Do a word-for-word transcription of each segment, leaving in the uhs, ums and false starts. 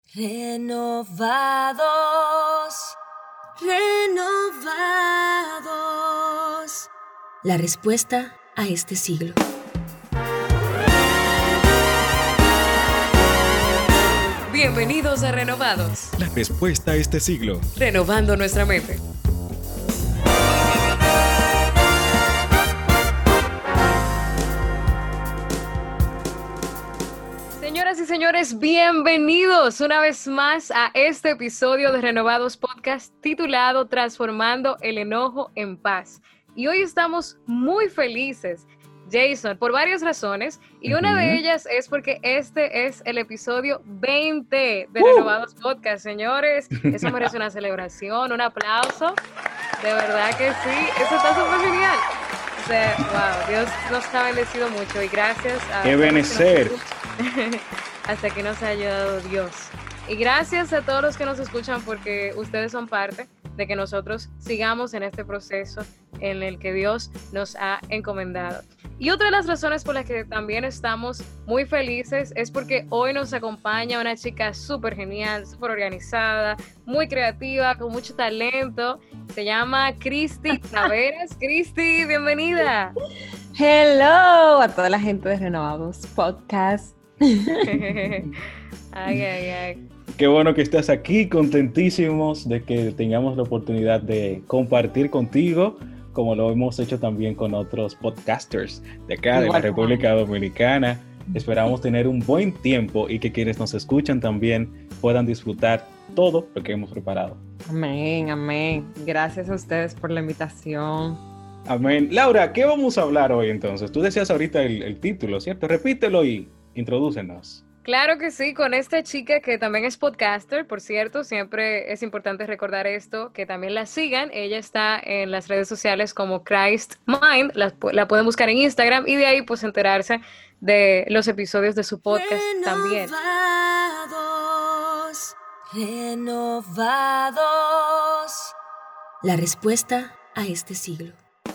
Renovados, renovados. La respuesta a este siglo. Bienvenidos a Renovados. La respuesta a este siglo. Renovando nuestra mente. Señoras y señores, bienvenidos una vez más a este episodio de Renovados Podcast titulado Transformando el enojo en paz. Y hoy estamos muy felices, Jason, por varias razones, y una uh-huh. de ellas es porque este es el episodio veinte de uh. Renovados Podcast, señores. Eso merece una celebración, un aplauso. De verdad que sí, eso está súper genial. O sea, wow, Dios nos ha bendecido mucho y gracias a... ¡Qué benecer! Hasta que nos ha ayudado Dios. Y gracias a todos los que nos escuchan porque ustedes son parte de que nosotros sigamos en este proceso en el que Dios nos ha encomendado. Y otra de las razones por las que también estamos muy felices es porque hoy nos acompaña una chica súper genial, súper organizada, muy creativa, con mucho talento. Se llama Cristi Taveras. Cristi, bienvenida. Hello a toda la gente de Renovados Podcast. ay, ay, ay. Qué bueno que estás aquí, contentísimos de que tengamos la oportunidad de compartir contigo, como lo hemos hecho también con otros podcasters de acá, de la República Dominicana. Esperamos tener un buen tiempo y que quienes nos escuchan también puedan disfrutar todo lo que hemos preparado. Amén, amén. Gracias a ustedes por la invitación. Amén. Laura, ¿qué vamos a hablar hoy entonces? Tú decías ahorita el, el título, ¿cierto? Repítelo y introdúcenos. Claro que sí, con esta chica que también es podcaster, por cierto, siempre es importante recordar esto, que también la sigan. Ella está en las redes sociales como Christ Mind, la, la pueden buscar en Instagram y de ahí pues enterarse de los episodios de su podcast renovados, también. Renovados. La respuesta a este siglo.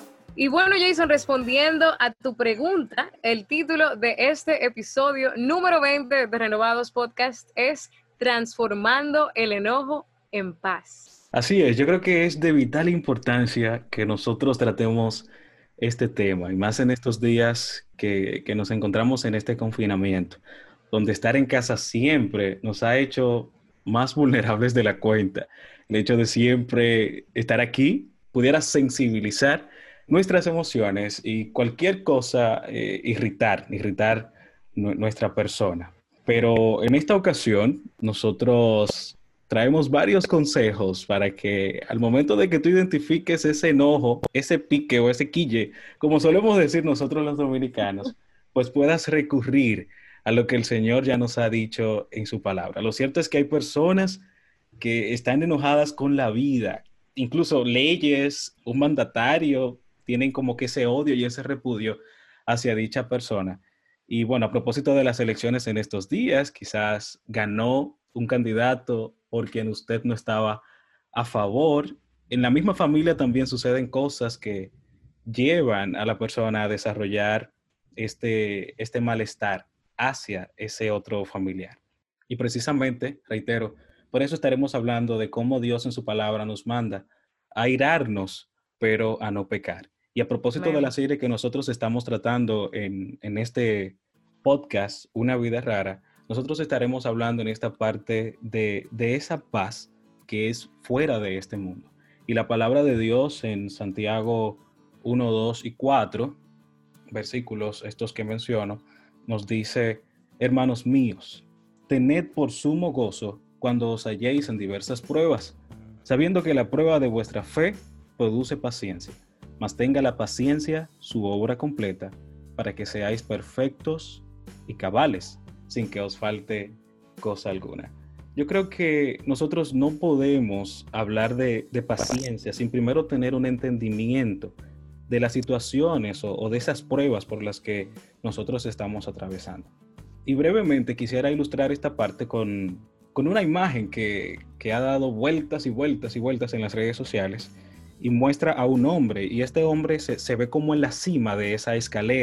Y bueno, Jason, respondiendo a tu pregunta, el título de este episodio número veinte de Renovados Podcast es Transformando el enojo en paz. Así es, yo creo que es de vital importancia que nosotros tratemos este tema, y más en estos días que, que nos encontramos en este confinamiento, donde estar en casa siempre nos ha hecho más vulnerables de la cuenta. El hecho de siempre estar aquí pudiera sensibilizar nuestras emociones y cualquier cosa eh, irritar, irritar nu- nuestra persona. Pero en esta ocasión nosotros traemos varios consejos para que al momento de que tú identifiques ese enojo, ese pique o ese quille, como solemos decir nosotros los dominicanos, pues puedas recurrir a lo que el Señor ya nos ha dicho en su palabra. Lo cierto es que hay personas que están enojadas con la vida, incluso leyes, un mandatario, tienen como que ese odio y ese repudio hacia dicha persona. Y bueno, a propósito de las elecciones en estos días, quizás ganó un candidato por quien usted no estaba a favor. En la misma familia también suceden cosas que llevan a la persona a desarrollar este, este malestar hacia ese otro familiar. Y precisamente, reitero, por eso estaremos hablando de cómo Dios en su palabra nos manda a airarnos, pero a no pecar. Y a propósito Amén. de la serie que nosotros estamos tratando en, en este podcast, Una Vida Rara, nosotros estaremos hablando en esta parte de, de esa paz que es fuera de este mundo. Y la palabra de Dios en Santiago uno, dos y cuatro, versículos estos que menciono, nos dice: hermanos míos, tened por sumo gozo cuando os halléis en diversas pruebas, sabiendo que la prueba de vuestra fe produce paciencia. Mas tenga la paciencia su obra completa, para que seáis perfectos y cabales, sin que os falte cosa alguna. Yo creo que nosotros no podemos hablar de, de paciencia sin primero tener un entendimiento de las situaciones o, o de esas pruebas por las que nosotros estamos atravesando. Y brevemente quisiera ilustrar esta parte con, con una imagen que, que ha dado vueltas y vueltas y vueltas en las redes sociales, y muestra a un hombre, y este hombre se, se ve como en la cima de esa escalera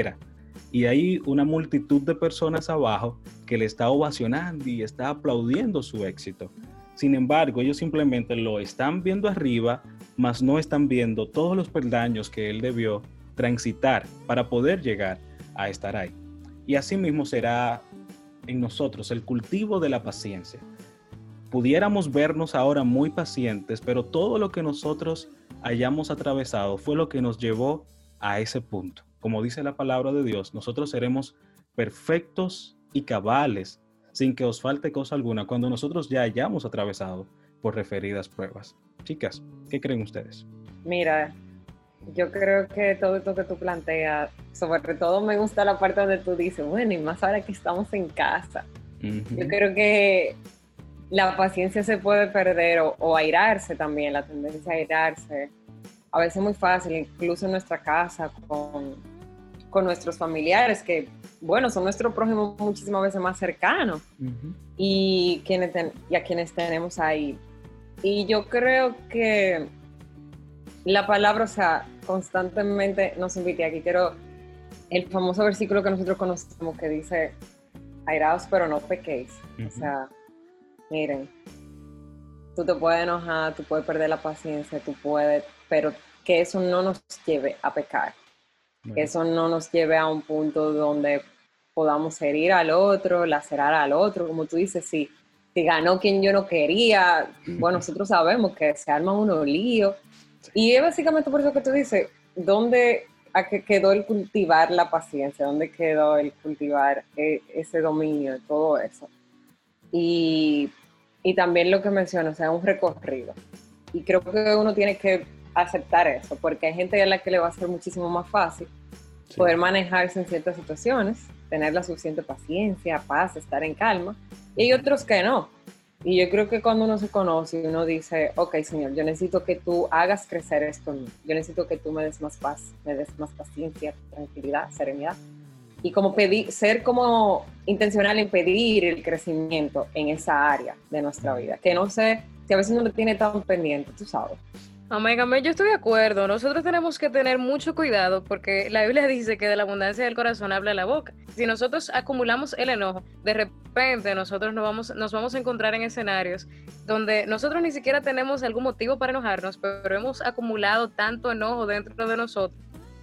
y hay una multitud de personas abajo que le está ovacionando y está aplaudiendo su éxito. Sin embargo, ellos simplemente lo están viendo arriba, mas no están viendo todos los peldaños que él debió transitar para poder llegar a estar ahí. Y así mismo será en nosotros el cultivo de la paciencia. Pudiéramos vernos ahora muy pacientes, pero todo lo que nosotros hayamos atravesado fue lo que nos llevó a ese punto. Como dice la palabra de Dios, nosotros seremos perfectos y cabales, sin que os falte cosa alguna, cuando nosotros ya hayamos atravesado por referidas pruebas. Chicas, ¿qué creen ustedes? Mira, yo creo que todo esto que tú planteas, sobre todo me gusta la parte donde tú dices, bueno, y más ahora que estamos en casa. Uh-huh. Yo creo que la paciencia se puede perder o, o airarse también, la tendencia a airarse. A veces es muy fácil, incluso en nuestra casa, con, con nuestros familiares, que, bueno, son nuestro prójimo muchísimas veces más cercano, uh-huh. y, quienes ten, y a quienes tenemos ahí. Y yo creo que la palabra, o sea, constantemente nos invita. Aquí quiero el famoso versículo que nosotros conocemos que dice, airaos pero no pequéis. Uh-huh. O sea, miren, tú te puedes enojar, tú puedes perder la paciencia, tú puedes, pero que eso no nos lleve a pecar. Uh-huh. Que eso no nos lleve a un punto donde podamos herir al otro, lacerar al otro, como tú dices, sí. Si ganó quien yo no quería, bueno, nosotros sabemos que se arman unos líos. Y es básicamente por eso que tú dices, ¿dónde a qué quedó el cultivar la paciencia? ¿Dónde quedó el cultivar eh, ese dominio de todo eso? Y, y también lo que menciono, o sea, un recorrido. Y creo que uno tiene que aceptar eso, porque hay gente a la que le va a ser muchísimo más fácil sí. poder manejarse en ciertas situaciones, tener la suficiente paciencia, paz, estar en calma, y hay otros que no. Y yo creo que cuando uno se conoce y uno dice, ok, Señor, yo necesito que tú hagas crecer esto en mí, yo necesito que tú me des más paz, me des más paciencia, tranquilidad, serenidad, y como pedir, ser como intencional en pedir el crecimiento en esa área de nuestra vida, que no sé, si a veces uno lo tiene tan pendiente, tú sabes. Amén, amén, yo estoy de acuerdo. Nosotros tenemos que tener mucho cuidado porque la Biblia dice que de la abundancia del corazón habla la boca. Si nosotros acumulamos el enojo, de repente nosotros nos vamos, nos vamos a encontrar en escenarios donde nosotros ni siquiera tenemos algún motivo para enojarnos, pero hemos acumulado tanto enojo dentro de nosotros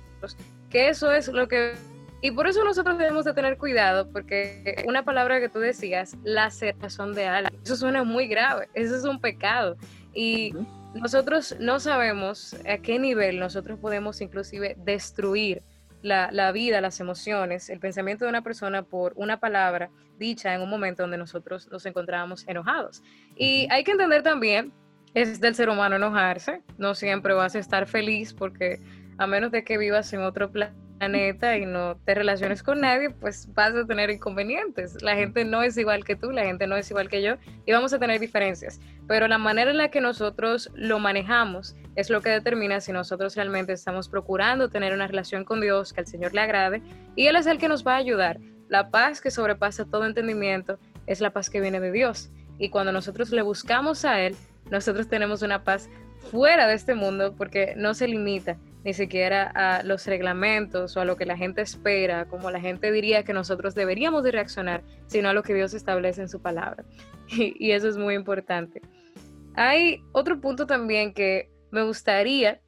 que eso es lo que... Y por eso nosotros debemos de tener cuidado, porque una palabra que tú decías, laceración de alma, eso suena muy grave, eso es un pecado. Y uh-huh. nosotros no sabemos a qué nivel nosotros podemos inclusive destruir la, la vida, las emociones, el pensamiento de una persona por una palabra dicha en un momento donde nosotros nos encontrábamos enojados. Y hay que entender también, es del ser humano enojarse, no siempre vas a estar feliz porque a menos de que vivas en otro planeta y no te relaciones con nadie, pues vas a tener inconvenientes. La gente no es igual que tú, la gente no es igual que yo y vamos a tener diferencias. Pero la manera en la que nosotros lo manejamos es lo que determina si nosotros realmente estamos procurando tener una relación con Dios que al Señor le agrade y Él es el que nos va a ayudar. La paz que sobrepasa todo entendimiento es la paz que viene de Dios. Y cuando nosotros le buscamos a Él, nosotros tenemos una paz fuera de este mundo porque no se limita ni siquiera a los reglamentos o a lo que la gente espera, como la gente diría que nosotros deberíamos de reaccionar, sino a lo que Dios establece en su palabra. Y, y eso es muy importante. Hay otro punto también que me gustaría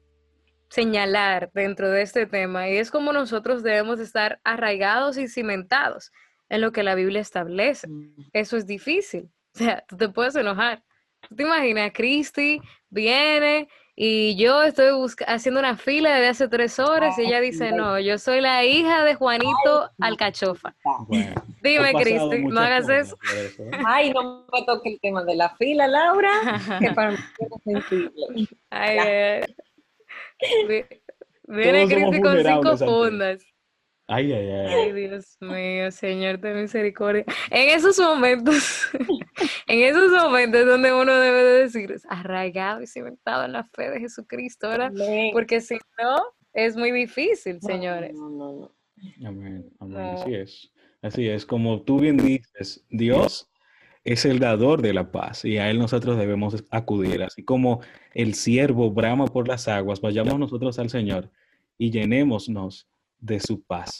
señalar dentro de este tema, y es como nosotros debemos estar arraigados y cimentados en lo que la Biblia establece. Eso es difícil. O sea, tú te puedes enojar. ¿Tú te imaginas? Cristi viene y yo estoy busca- haciendo una fila desde hace tres horas y ella dice, no, yo soy la hija de Juanito Alcachofa. Bueno, dime, Cristi, no hagas eso. eso ¿eh? Ay, no me toque el tema de la fila, Laura, que para mí es sensible. Ay, ay, ay. Viene Cristi con cinco fundas. Ay, ay, ay. Ay, Dios mío, Señor de misericordia. En esos momentos, en esos momentos donde uno debe de decir, arraigado y cimentado en la fe de Jesucristo, ¿verdad? Amén. Porque si no, es muy difícil, señores. No, no, no. Amén, amén. No. Así es. Así es. Como tú bien dices, Dios es el dador de la paz y a Él nosotros debemos acudir. Así como el ciervo brama por las aguas, vayamos nosotros al Señor y llenémonos de su paz,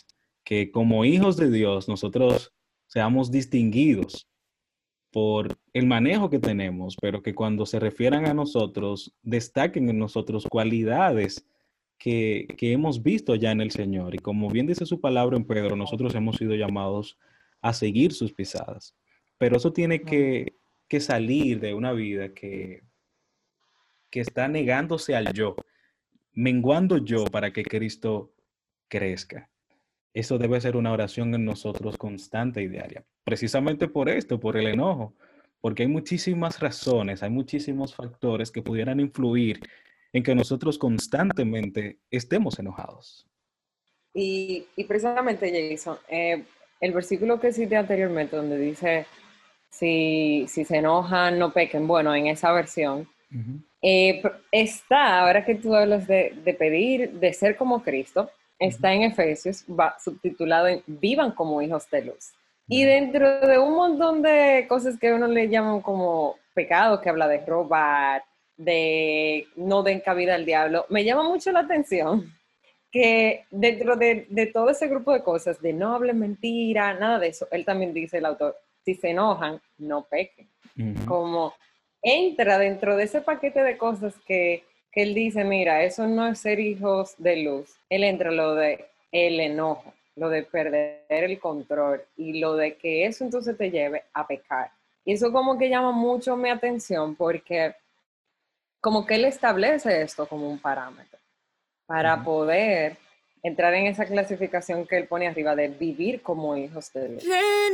que como hijos de Dios nosotros seamos distinguidos por el manejo que tenemos, pero que cuando se refieran a nosotros, destaquen en nosotros cualidades que, que hemos visto ya en el Señor. Y como bien dice su palabra en Pedro, nosotros hemos sido llamados a seguir sus pisadas. Pero eso tiene que, que salir de una vida que, que está negándose al yo, menguando yo para que Cristo crezca. Eso debe ser una oración en nosotros constante y diaria. Precisamente por esto, por el enojo, porque hay muchísimas razones, hay muchísimos factores que pudieran influir en que nosotros constantemente estemos enojados. Y, y precisamente, Jason, eh, el versículo que cité anteriormente, donde dice, si, si se enojan, no pequen, bueno, en esa versión, uh-huh. eh, está, ahora que tú hablas de, de pedir, de ser como Cristo, está en Efesios, va subtitulado en Vivan como hijos de luz. Y dentro de un montón de cosas que uno le llaman como pecado, que habla de robar, de no den cabida al diablo, me llama mucho la atención que dentro de, de todo ese grupo de cosas, de no hablen mentira, nada de eso, él también dice, el autor, si se enojan, no pequen. Uh-huh. Como entra dentro de ese paquete de cosas que que él dice, mira, eso no es ser hijos de luz. Él entra lo de el enojo, lo de perder el control y lo de que eso entonces te lleve a pecar. Y eso como que llama mucho mi atención porque como que él establece esto como un parámetro para uh-huh. poder entrar en esa clasificación que él pone arriba de vivir como hijos de Dios.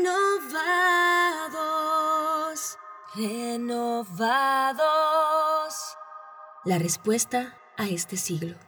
Renovados, renovados. La respuesta a este siglo.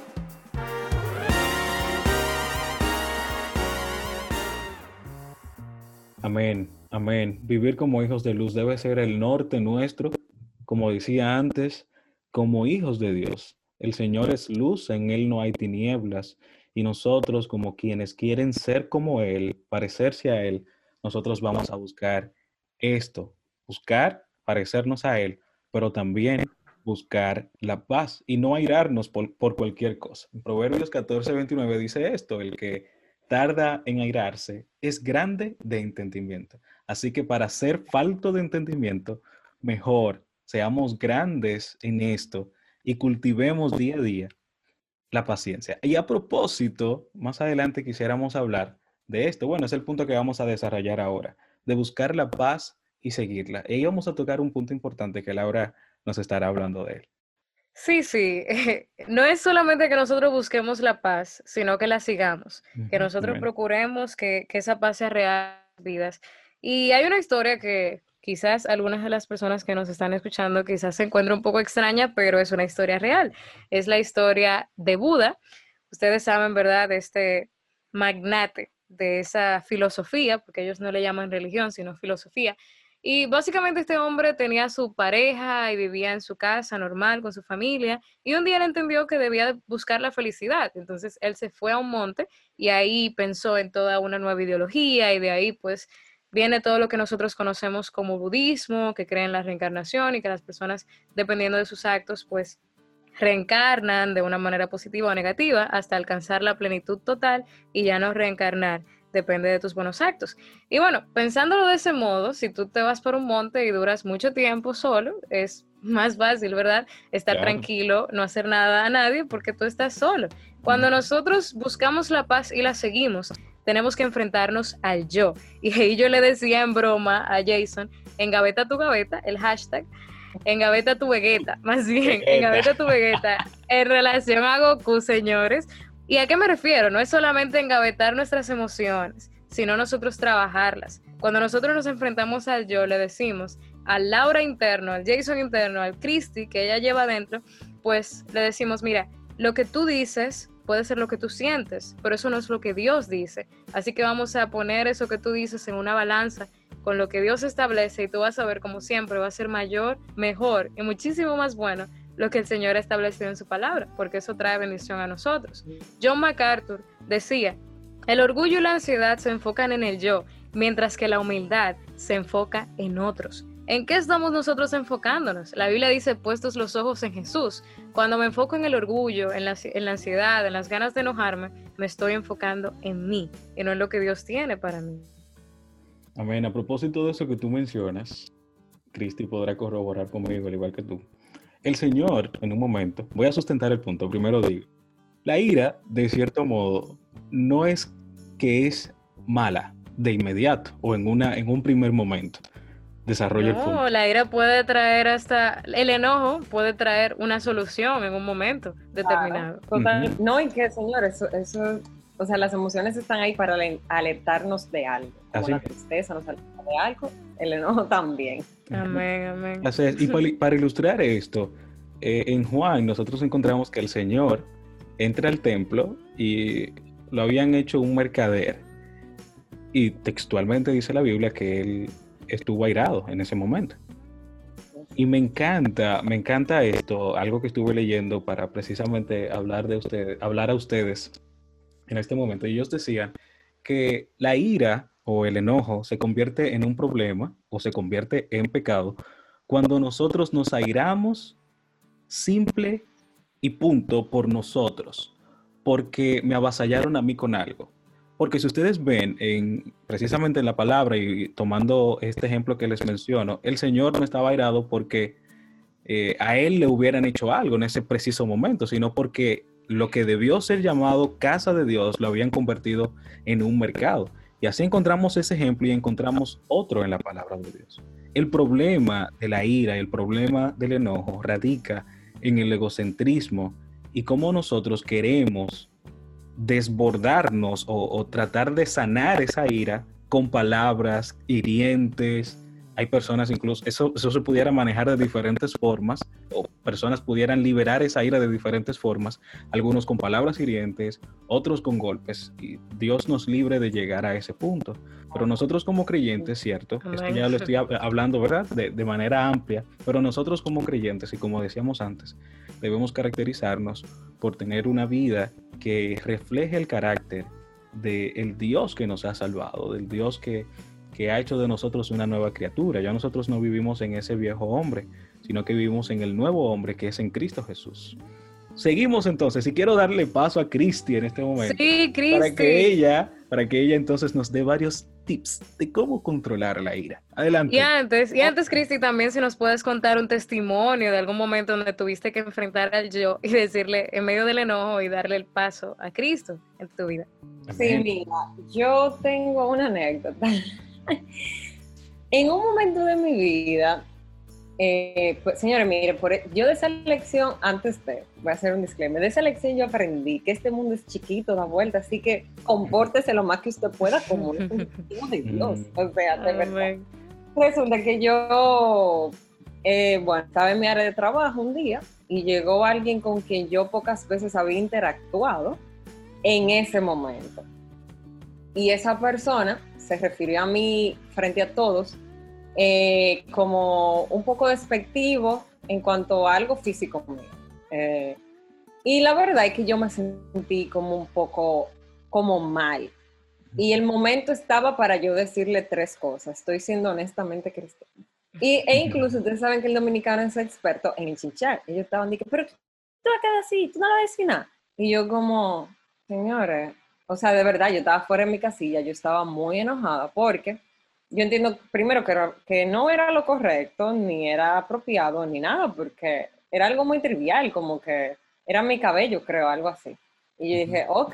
Amén, amén. Vivir como hijos de luz debe ser el norte nuestro, como decía antes, como hijos de Dios. El Señor es luz, en Él no hay tinieblas, y nosotros, como quienes quieren ser como Él, parecerse a Él, nosotros vamos a buscar esto, buscar parecernos a Él, pero también buscar la paz y no airarnos por, por cualquier cosa. En Proverbios catorce, veintinueve dice esto, el que tarda en airarse es grande de entendimiento. Así que para ser falto de entendimiento, mejor seamos grandes en esto y cultivemos día a día la paciencia. Y a propósito, más adelante quisiéramos hablar de esto. Bueno, es el punto que vamos a desarrollar ahora, de buscar la paz y seguirla. Y vamos a tocar un punto importante que Laura nos estará hablando de él. Sí, sí. No es solamente que nosotros busquemos la paz, sino que la sigamos. Uh-huh. Que nosotros Amén. procuremos que, que esa paz sea real en nuestras vidas. Y hay una historia que quizás algunas de las personas que nos están escuchando quizás se encuentra un poco extraña, pero es una historia real. Es la historia de Buda. Ustedes saben, ¿verdad?, de este magnate de esa filosofía, porque ellos no le llaman religión, sino filosofía. Y básicamente este hombre tenía su pareja y vivía en su casa normal con su familia, y un día él entendió que debía buscar la felicidad. Entonces él se fue a un monte y ahí pensó en toda una nueva ideología, y de ahí pues viene todo lo que nosotros conocemos como budismo, que cree en la reencarnación y que las personas, dependiendo de sus actos, pues reencarnan de una manera positiva o negativa hasta alcanzar la plenitud total y ya no reencarnar. Depende de tus buenos actos. Y bueno, pensándolo de ese modo, si tú te vas por un monte y duras mucho tiempo solo, es más fácil, ¿verdad? Estar claro. tranquilo, no hacer nada a nadie porque tú estás solo. Cuando nosotros buscamos la paz y la seguimos, tenemos que enfrentarnos al yo. Y ahí yo le decía en broma a Jason, engaveta tu gaveta, el hashtag, engaveta tu Vegeta, más bien, engaveta tu Vegeta, en relación a Goku, señores. ¿Y a qué me refiero? No es solamente engavetar nuestras emociones, sino nosotros trabajarlas. Cuando nosotros nos enfrentamos al yo, le decimos al Laura interno, al Jason interno, al Cristi que ella lleva adentro, pues le decimos, mira, lo que tú dices puede ser lo que tú sientes, pero eso no es lo que Dios dice. Así que vamos a poner eso que tú dices en una balanza con lo que Dios establece, y tú vas a ver, como siempre, va a ser mayor, mejor y muchísimo más bueno lo que el Señor ha establecido en su palabra, porque eso trae bendición a nosotros. John MacArthur decía, el orgullo y la ansiedad se enfocan en el yo, mientras que la humildad se enfoca en otros. ¿En qué estamos nosotros enfocándonos? La Biblia dice, puestos los ojos en Jesús. Cuando me enfoco en el orgullo, en la, en la ansiedad, en las ganas de enojarme, me estoy enfocando en mí y no en lo que Dios tiene para mí. Amén. A propósito de eso que tú mencionas, Cristi podrá corroborar conmigo, al igual que tú. El Señor, en un momento, voy a sustentar el punto, primero digo, la ira, de cierto modo, no es que es mala de inmediato o en, una, en un primer momento. Desarrolla no, el punto. La ira puede traer hasta, el enojo puede traer una solución en un momento determinado. Claro, total, uh-huh. No, y que, señor, eso, eso, o sea, las emociones están ahí para alertarnos de algo. Como Así la tristeza nos alerta de algo, el enojo también. Amén, amén. Así es. Y para, para ilustrar esto, eh, en Juan nosotros encontramos que el Señor entra al templo y lo habían hecho un mercader. Y textualmente dice la Biblia que él estuvo airado en ese momento. Y me encanta, me encanta esto, algo que estuve leyendo para precisamente hablar de ustedes, hablar a ustedes en este momento. Y ellos decían que la ira o el enojo se convierte en un problema o se convierte en pecado cuando nosotros nos airamos simple y punto por nosotros, porque me avasallaron a mí con algo. Porque si ustedes ven en, precisamente en la palabra y tomando este ejemplo que les menciono, el Señor no estaba airado porque eh, a Él le hubieran hecho algo en ese preciso momento, sino porque lo que debió ser llamado casa de Dios lo habían convertido en un mercado. Y así encontramos ese ejemplo y encontramos otro en la palabra de Dios. El problema de la ira, el problema del enojo radica en el egocentrismo y cómo nosotros queremos desbordarnos o, o tratar de sanar esa ira con palabras hirientes. Hay personas incluso, eso, eso se pudiera manejar de diferentes formas, o personas pudieran liberar esa ira de diferentes formas, algunos con palabras hirientes, otros con golpes, y Dios nos libre de llegar a ese punto. Pero nosotros como creyentes, cierto, esto ya lo estoy hablando, ¿verdad?, de, de manera amplia, pero nosotros como creyentes, y como decíamos antes, debemos caracterizarnos por tener una vida que refleje el carácter del Dios que nos ha salvado, del Dios que que ha hecho de nosotros una nueva criatura. Ya nosotros no vivimos en ese viejo hombre, sino que vivimos en el nuevo hombre que es en Cristo Jesús. Seguimos entonces, y quiero darle paso a Cristi en este momento. Sí, Cristi. Para que ella, para que ella entonces nos dé varios tips de cómo controlar la ira. Adelante. Y antes, y antes Cristi, también si nos puedes contar un testimonio de algún momento donde tuviste que enfrentar al yo y decirle en medio del enojo y darle el paso a Cristo en tu vida. Sí, mira, yo tengo una anécdota. En un momento de mi vida, eh, pues, señores, mire, por, yo de esa lección, antes de, voy a hacer un disclaimer, de esa lección yo aprendí que este mundo es chiquito, da vuelta, así que compórtese lo más que usted pueda como un hijo de Dios. O sea, de verdad. Resulta que yo, eh, bueno, estaba en mi área de trabajo un día y llegó alguien con quien yo pocas veces había interactuado en ese momento. Y esa persona se refirió a mí frente a todos eh, como un poco despectivo en cuanto a algo físico mío. Eh, y la verdad es que yo me sentí como un poco como mal. Y el momento estaba para yo decirle tres cosas. Estoy siendo honestamente cristiana. Y, e incluso ustedes saben que el dominicano es experto en el chinchar. Ellos estaban diciendo, pero tú te vas a quedar así, tú no le vas a decir nada. Y yo como, señores... O sea, de verdad, yo estaba fuera de mi casilla, yo estaba muy enojada porque yo entiendo primero que, era, que no era lo correcto, ni era apropiado, ni nada, porque era algo muy trivial, como que era mi cabello, creo, algo así. Y yo dije, ok.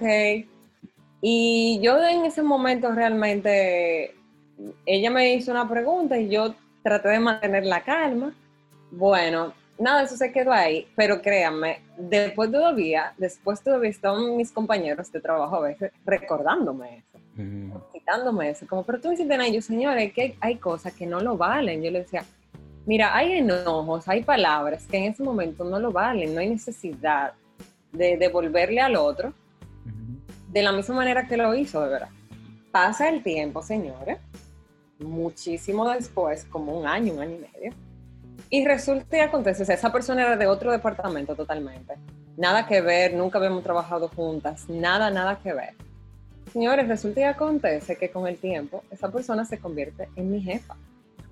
Y yo en ese momento realmente, ella me hizo una pregunta y yo traté de mantener la calma. Bueno, nada, eso se quedó ahí, pero créanme, después todavía, después todavía estaban mis compañeros de trabajo a veces recordándome eso, mm. citándome eso, como, pero tú me hiciste nada, y yo, señores, que hay, hay cosas que no lo valen. Yo le decía, mira, hay enojos, hay palabras que en ese momento no lo valen, no hay necesidad de devolverle al otro mm. de la misma manera que lo hizo, de verdad. Pasa el tiempo, señores, muchísimo después, como un año, un año y medio, y resulta y acontece, o sea, esa persona era de otro departamento totalmente. Nada que ver, nunca habíamos trabajado juntas, nada, nada que ver. Señores, resulta y acontece que con el tiempo, esa persona se convierte en mi jefa.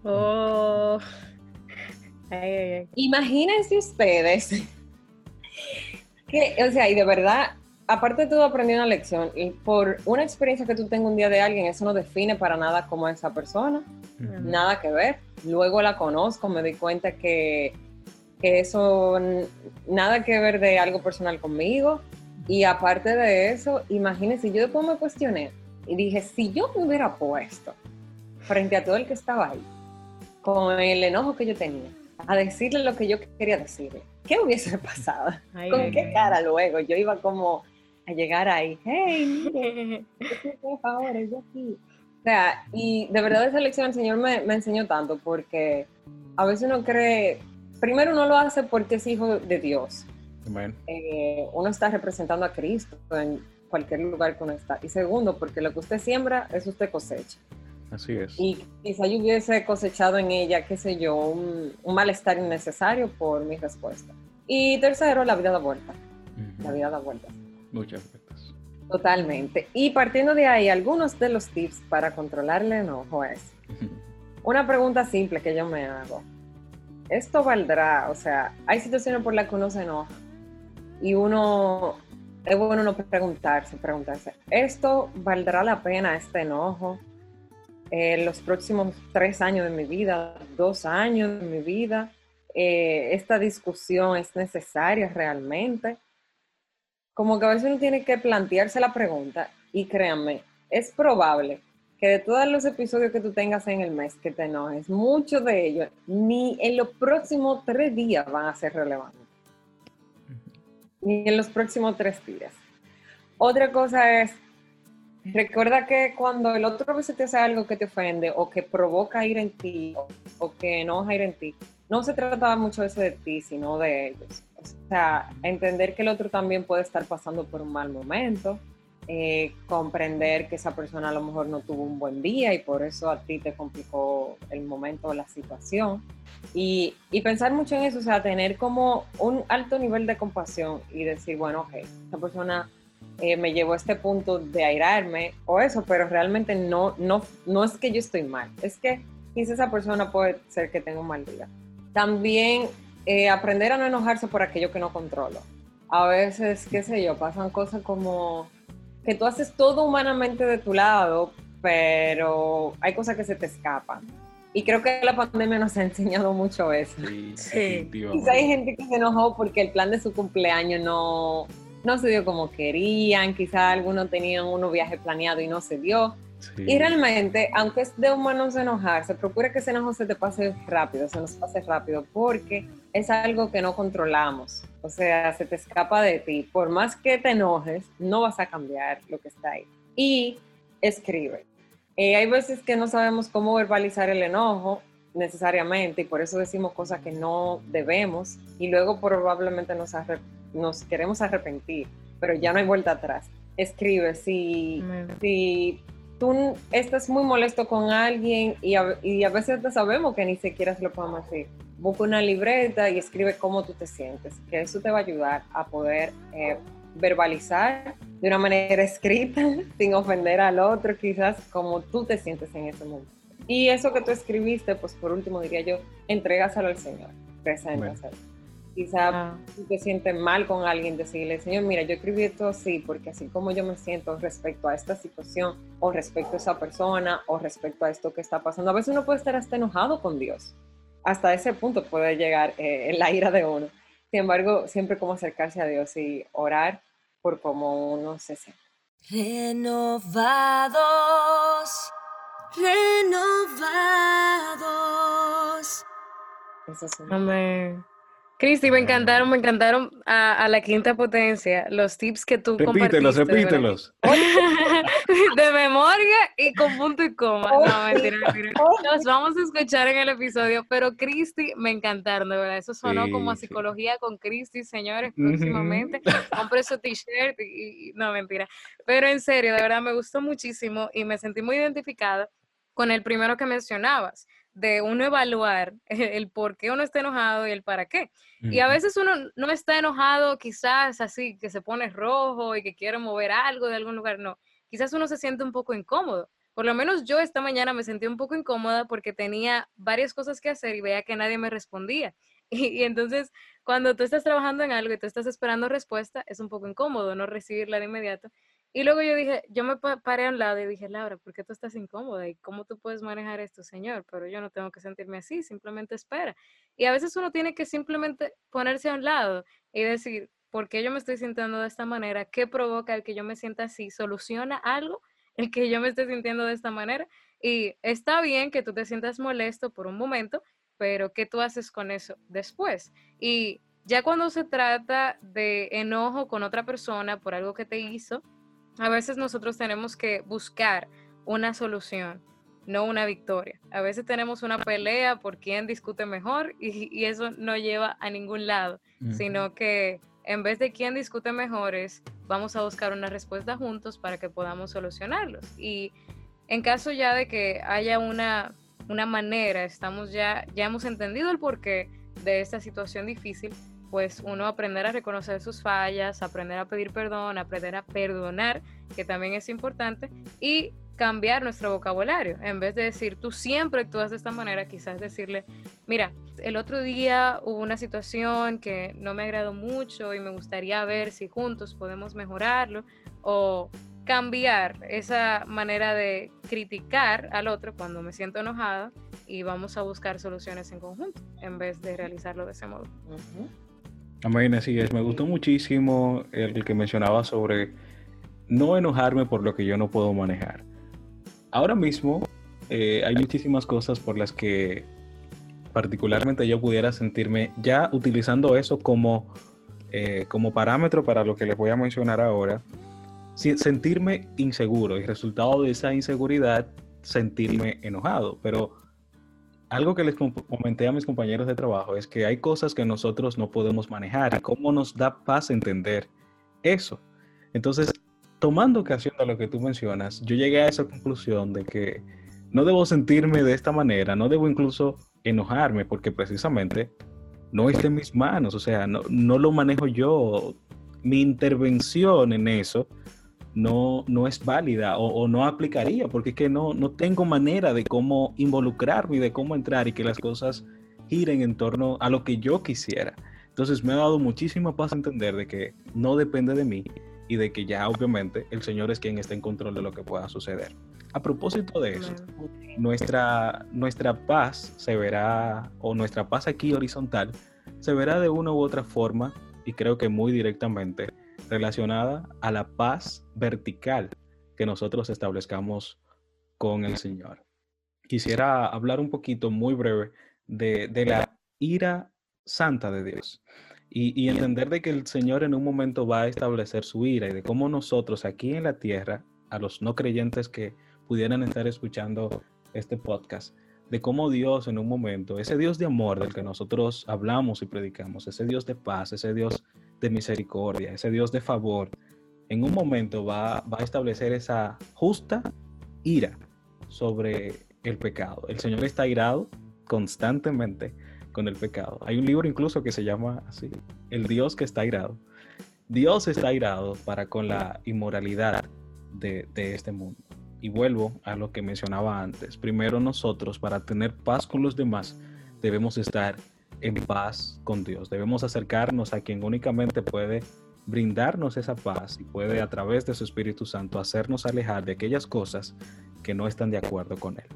Oh. Ay, ay, ay. Imagínense ustedes que, o sea, y de verdad, aparte de todo aprendí una lección, y por una experiencia que tú tengas un día de alguien, eso no define para nada cómo es esa persona, Ujú. nada que ver. Luego la conozco, me di cuenta que, que eso n- nada que ver de algo personal conmigo. Y aparte de eso, imagínense, yo después me cuestioné y dije, si yo me hubiera puesto frente a todo el que estaba ahí, con el enojo que yo tenía, a decirle lo que yo quería decirle, ¿qué hubiese pasado? Ay, ¿Con ay, qué ay. cara luego? Yo iba como a llegar ahí, hey, mire, por favor, yo aquí. O sea, y de verdad esa lección el Señor me, me enseñó tanto, porque a veces uno cree, primero uno lo hace porque es hijo de Dios. Bueno, Eh, uno está representando a Cristo en cualquier lugar que uno está. Y segundo, porque lo que usted siembra, eso usted cosecha. así es. Y quizá yo hubiese cosechado en ella, qué sé yo, un, un malestar innecesario por mi respuesta. Y tercero, la vida da vuelta. Ujú. La vida da vueltas. Muchas veces. Totalmente. Y partiendo de ahí, algunos de los tips para controlar el enojo es una pregunta simple que yo me hago. ¿Esto valdrá? O sea, hay situaciones por las que uno se enoja y uno, es bueno uno preguntarse, preguntarse, ¿esto valdrá la pena este enojo? Eh, los próximos tres años de mi vida, dos años de mi vida, eh, esta discusión es necesaria realmente. Como que a veces uno tiene que plantearse la pregunta y créanme, es probable que de todos los episodios que tú tengas en el mes que te enojes, muchos de ellos ni en los próximos tres días van a ser relevantes, ni en los próximos tres días. Otra cosa es, recuerda que cuando el otro a veces te hace algo que te ofende o que provoca ira en ti o, o que enoja ira en ti, no se trataba mucho eso de ti, sino de ellos. O sea, entender que el otro también puede estar pasando por un mal momento, eh, comprender que esa persona a lo mejor no tuvo un buen día y por eso a ti te complicó el momento o la situación. Y, y pensar mucho en eso, o sea, tener como un alto nivel de compasión y decir, bueno, ok, esa persona eh, me llevó a este punto de airarme o eso, pero realmente no, no, no es que yo estoy mal, es que quizás esa persona puede ser que tenga un mal día. También eh, aprender a no enojarse por aquello que no controlo. A veces, qué sé yo, pasan cosas como que tú haces todo humanamente de tu lado, pero hay cosas que se te escapan. Y creo que la pandemia nos ha enseñado mucho eso. Sí, Sí. Quizá hay definitivamente. gente que se enojó porque el plan de su cumpleaños no, no se dio como querían, quizá algunos tenían unos viajes planeados y no se dio. Sí. Y realmente, aunque es de humanos enojarse, procura que ese enojo se te pase rápido, se nos pase rápido, porque es algo que no controlamos. O sea, se te escapa de ti. Por más que te enojes, no vas a cambiar lo que está ahí. Y escribe. Eh, hay veces que no sabemos cómo verbalizar el enojo necesariamente y por eso decimos cosas que no debemos y luego probablemente nos, arrep nos queremos arrepentir, pero ya no hay vuelta atrás. Escribe. Si, si tú estás muy molesto con alguien y a, y a veces te sabemos que ni siquiera se lo podemos decir, busca una libreta y escribe cómo tú te sientes, que eso te va a ayudar a poder eh, verbalizar de una manera escrita, sin ofender al otro, quizás como tú te sientes en ese momento. Y eso que tú escribiste, pues por último diría yo, entrégaselo al Señor, preséntaselo. Bueno. Quizá ah. tú te sientes mal con alguien, decirle, Señor, mira, yo escribí esto así, porque así como yo me siento respecto a esta situación, o respecto a esa persona, o respecto a esto que está pasando, a veces uno puede estar hasta enojado con Dios. Hasta ese punto puede llegar eh, la ira de uno. Sin embargo, siempre como acercarse a Dios y orar por cómo uno se siente. Renovados, renovados. Eso es un... Amén. Cristi, me encantaron, me encantaron a, a la quinta potencia los tips que tú Repítelos, compartiste. repítelos. De, de memoria y con punto y coma. No, mentira, mentira. Los vamos a escuchar en el episodio, pero Cristi, me encantaron, de verdad. Eso sonó Sí, como a sí. psicología con Cristi, señores, próximamente. Compré su t-shirt y, y, no, mentira. Pero en serio, de verdad, me gustó muchísimo y me sentí muy identificada con el primero que mencionabas, de uno evaluar el por qué uno está enojado y el para qué. Uh-huh. Y a veces uno no está enojado quizás así, que se pone rojo y que quiere mover algo de algún lugar, no. Quizás uno se siente un poco incómodo, por lo menos yo esta mañana me sentí un poco incómoda porque tenía varias cosas que hacer y veía que nadie me respondía. Y, y entonces, cuando tú estás trabajando en algo y tú estás esperando respuesta, es un poco incómodo no recibirla de inmediato. Y luego yo dije, yo me pa- paré a un lado y dije, Laura, ¿por qué tú estás incómoda? ¿Y cómo tú puedes manejar esto, señor? Pero yo no tengo que sentirme así, simplemente espera. Y a veces uno tiene que simplemente ponerse a un lado y decir, ¿por qué yo me estoy sintiendo de esta manera? ¿Qué provoca el que yo me sienta así? ¿Soluciona algo el que yo me esté sintiendo de esta manera? Y está bien que tú te sientas molesto por un momento, pero ¿qué tú haces con eso después? Y ya cuando se trata de enojo con otra persona por algo que te hizo, a veces nosotros tenemos que buscar una solución, no una victoria. A veces tenemos una pelea por quién discute mejor y, y eso no lleva a ningún lado, uh-huh. Sino que en vez de quién discute mejores, vamos a buscar una respuesta juntos para que podamos solucionarlos. Y en caso ya de que haya una, una manera, estamos ya, ya hemos entendido el porqué de esta situación difícil, pues uno aprender a reconocer sus fallas, aprender a pedir perdón, aprender a perdonar, que también es importante, y cambiar nuestro vocabulario. En vez de decir, tú siempre actúas de esta manera, quizás decirle, mira, el otro día hubo una situación que no me agradó mucho y me gustaría ver si juntos podemos mejorarlo, o cambiar esa manera de criticar al otro cuando me siento enojada y vamos a buscar soluciones en conjunto, en vez de realizarlo de ese modo. Uh-huh. Amén, así es. Me gustó muchísimo el que mencionaba sobre no enojarme por lo que yo no puedo manejar. Ahora mismo eh, hay muchísimas cosas por las que particularmente yo pudiera sentirme ya utilizando eso como, eh, como parámetro para lo que les voy a mencionar ahora. Sentirme inseguro y resultado de esa inseguridad sentirme enojado. Pero algo que les comenté a mis compañeros de trabajo es que hay cosas que nosotros no podemos manejar. ¿Cómo nos da paz entender eso? Entonces, tomando ocasión de lo que tú mencionas, yo llegué a esa conclusión de que no debo sentirme de esta manera, no debo incluso enojarme porque precisamente no está en mis manos, o sea, no, no lo manejo yo. Mi intervención en eso no, no es válida o, o no aplicaría porque es que no, no tengo manera de cómo involucrarme y de cómo entrar y que las cosas giren en torno a lo que yo quisiera. Entonces me ha dado muchísima paz entender de que no depende de mí y de que ya obviamente el Señor es quien está en control de lo que pueda suceder. A propósito de eso, nuestra, nuestra paz se verá, o nuestra paz aquí horizontal, se verá de una u otra forma y creo que muy directamente relacionada a la paz vertical que nosotros establezcamos con el Señor. Quisiera hablar un poquito, muy breve, de, de la ira santa de Dios y, y entender de que el Señor en un momento va a establecer su ira y de cómo nosotros aquí en la tierra, a los no creyentes que pudieran estar escuchando este podcast, de cómo Dios en un momento, ese Dios de amor del que nosotros hablamos y predicamos, ese Dios de paz, ese Dios de misericordia, ese Dios de favor, en un momento va, va a establecer esa justa ira sobre el pecado. El Señor está irado constantemente con el pecado. Hay un libro incluso que se llama así, El Dios que está irado. Dios está irado para con la inmoralidad de, de este mundo. Y vuelvo a lo que mencionaba antes. Primero nosotros, para tener paz con los demás, debemos estar en paz con Dios. Debemos acercarnos a quien únicamente puede brindarnos esa paz y puede a través de su Espíritu Santo hacernos alejar de aquellas cosas que no están de acuerdo con Él.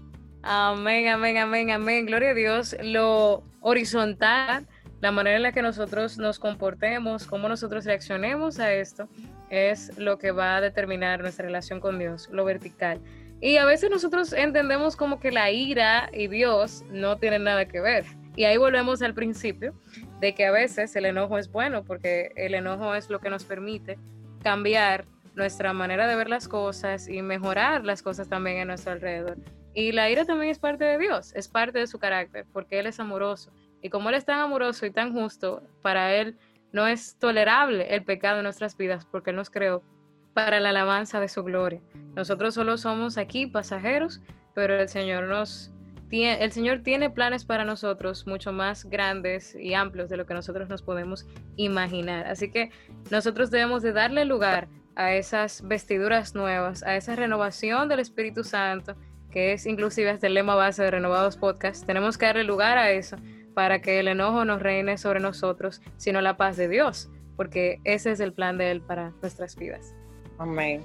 Amén, amén, amén, amén. Gloria a Dios. Lo horizontal, la manera en la que nosotros nos comportemos, cómo nosotros reaccionemos a esto, es lo que va a determinar nuestra relación con Dios, lo vertical. Y a veces nosotros entendemos como que la ira y Dios no tienen nada que ver. Y ahí volvemos al principio de que a veces el enojo es bueno porque el enojo es lo que nos permite cambiar nuestra manera de ver las cosas y mejorar las cosas también a nuestro alrededor. Y la ira también es parte de Dios, es parte de su carácter porque Él es amoroso. Y como Él es tan amoroso y tan justo, para Él no es tolerable el pecado en nuestras vidas porque Él nos creó para la alabanza de su gloria. Nosotros solo somos aquí pasajeros, pero el Señor nos tiene, el Señor tiene planes para nosotros mucho más grandes y amplios de lo que nosotros nos podemos imaginar. Así que nosotros debemos de darle lugar a esas vestiduras nuevas, a esa renovación del Espíritu Santo, que es inclusive hasta el lema base de Renovados Podcast. Tenemos que darle lugar a eso para que el enojo no reine sobre nosotros, sino la paz de Dios, porque ese es el plan de Él para nuestras vidas. Amén.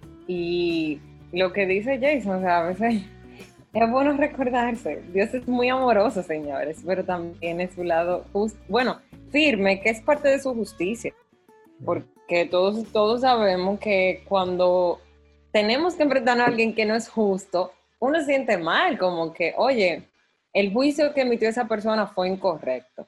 Y lo que dice Jason, o sea, a veces es bueno recordarse, Dios es muy amoroso, señores, pero también tiene su lado just, bueno, firme, que es parte de su justicia, porque todos, todos sabemos que cuando tenemos que enfrentarnos a alguien que no es justo, uno se siente mal, como que, oye, el juicio que emitió esa persona fue incorrecto.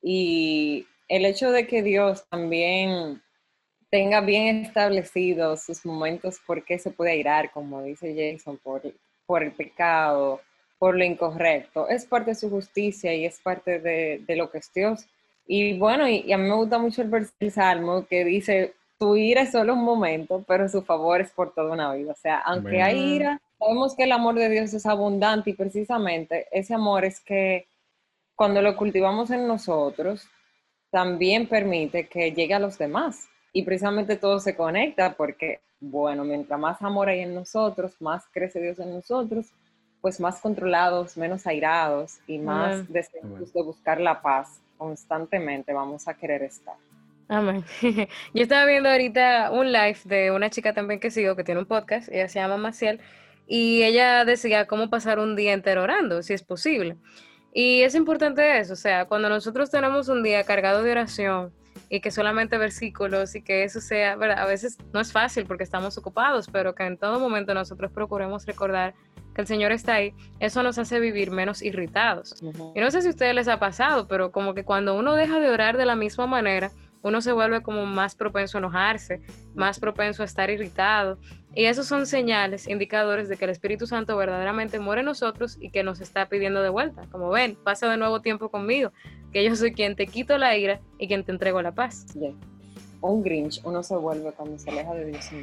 Y el hecho de que Dios también tenga bien establecidos sus momentos por qué se puede airar, como dice Jason, por, por el pecado, por lo incorrecto, es parte de su justicia y es parte de, de lo que es Dios. Y bueno, y, y a mí me gusta mucho el versículo del Salmo que dice, tu ira es solo un momento, pero su favor es por toda una vida. O sea, aunque Amén. Hay ira, sabemos que el amor de Dios es abundante y precisamente ese amor es que cuando lo cultivamos en nosotros, también permite que llegue a los demás. Y precisamente todo se conecta porque, bueno, mientras más amor hay en nosotros, más crece Dios en nosotros, pues más controlados, menos airados y más Amén. Deseosos de buscar la paz constantemente vamos a querer estar. Amén. Yo estaba viendo ahorita un live de una chica también que sigo, que tiene un podcast, ella se llama Maciel, y ella decía cómo pasar un día entero orando, si es posible. Y es importante eso, o sea, cuando nosotros tenemos un día cargado de oración y que solamente versículos y que eso sea, ¿verdad? A veces no es fácil porque estamos ocupados, pero que en todo momento nosotros procuremos recordar que el Señor está ahí, eso nos hace vivir menos irritados. Uh-huh. Y no sé si a ustedes les ha pasado, pero como que cuando uno deja de orar de la misma manera, uno se vuelve como más propenso a enojarse, más propenso a estar irritado. Y esos son señales, indicadores de que el Espíritu Santo verdaderamente muere en nosotros y que nos está pidiendo de vuelta. Como ven, pasa de nuevo tiempo conmigo, que yo soy quien te quito la ira y quien te entrego la paz. Yeah. Un Grinch, uno se vuelve cuando se aleja de Dios.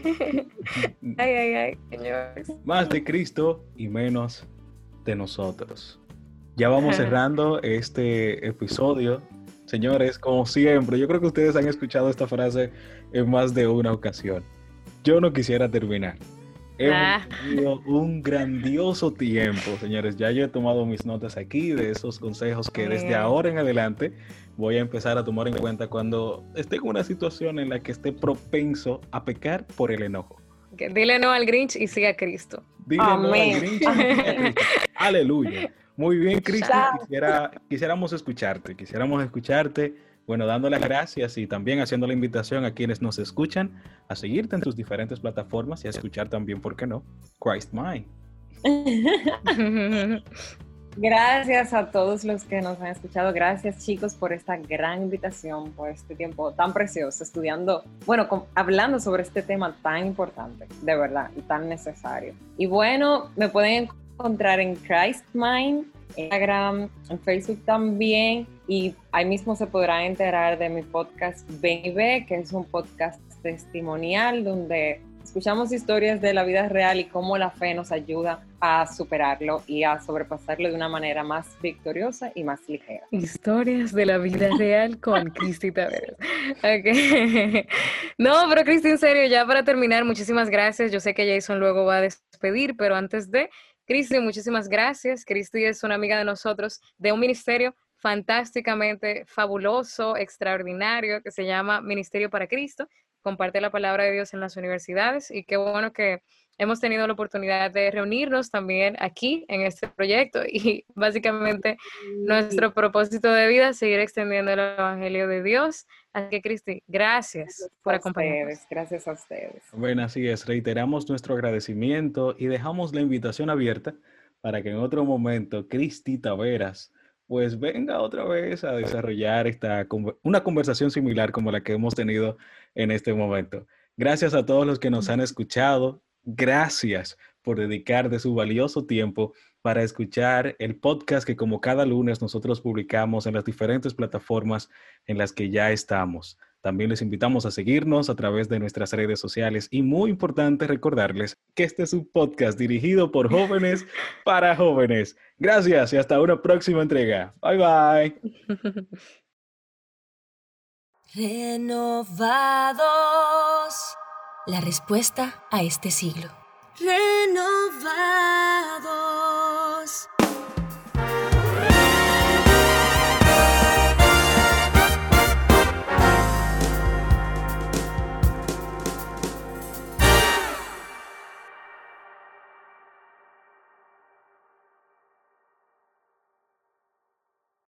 Ay, ay, ay, señores. Más de Cristo y menos de nosotros. Ya vamos cerrando este episodio. Señores, como siempre, yo creo que ustedes han escuchado esta frase en más de una ocasión. Yo no quisiera terminar. Hemos ah. tenido un grandioso tiempo, señores. Ya yo he tomado mis notas aquí de esos consejos que desde ahora en adelante voy a empezar a tomar en cuenta cuando esté en una situación en la que esté propenso a pecar por el enojo. Okay, dile no al Grinch y siga a Cristo. Dile Amén. No al Grinch y siga a Cristo. Aleluya. Muy bien, Cristo. Quisiera, quisiéramos escucharte, quisiéramos escucharte. Bueno, dando las gracias y también haciendo la invitación a quienes nos escuchan a seguirte en tus diferentes plataformas y a escuchar también, ¿por qué no? Christ Mine. Gracias a todos los que nos han escuchado. Gracias, chicos, por esta gran invitación, por este tiempo tan precioso, estudiando, bueno, con, hablando sobre este tema tan importante, de verdad, y tan necesario. Y bueno, me pueden encontrar en Christ Mine, en Instagram, en Facebook también, y ahí mismo se podrán enterar de mi podcast Ven y Ve, que es un podcast testimonial donde escuchamos historias de la vida real y cómo la fe nos ayuda a superarlo y a sobrepasarlo de una manera más victoriosa y más ligera. Historias de la vida real con Cristi Taveras. Okay. No, pero Cristi, en serio, ya para terminar, muchísimas gracias. Yo sé que Jason luego va a despedir, pero antes de... Cristi, muchísimas gracias. Cristi es una amiga de nosotros de un ministerio fantásticamente fabuloso, extraordinario, que se llama Ministerio para Cristo. Comparte la palabra de Dios en las universidades y qué bueno que hemos tenido la oportunidad de reunirnos también aquí en este proyecto y básicamente nuestro propósito de vida es seguir extendiendo el Evangelio de Dios. Así que, Cristi, gracias, gracias por acompañarnos. Ustedes, gracias a ustedes. Bueno, así es, reiteramos nuestro agradecimiento y dejamos la invitación abierta para que en otro momento Cristi Taveras pues venga otra vez a desarrollar esta, una conversación similar como la que hemos tenido en este momento. Gracias a todos los que nos han escuchado. Gracias por dedicar de su valioso tiempo para escuchar el podcast que como cada lunes nosotros publicamos en las diferentes plataformas en las que ya estamos. También les invitamos a seguirnos a través de nuestras redes sociales y muy importante recordarles que este es un podcast dirigido por jóvenes para jóvenes. Gracias y hasta una próxima entrega. Bye bye. Renovados. La respuesta a este siglo. Renovados.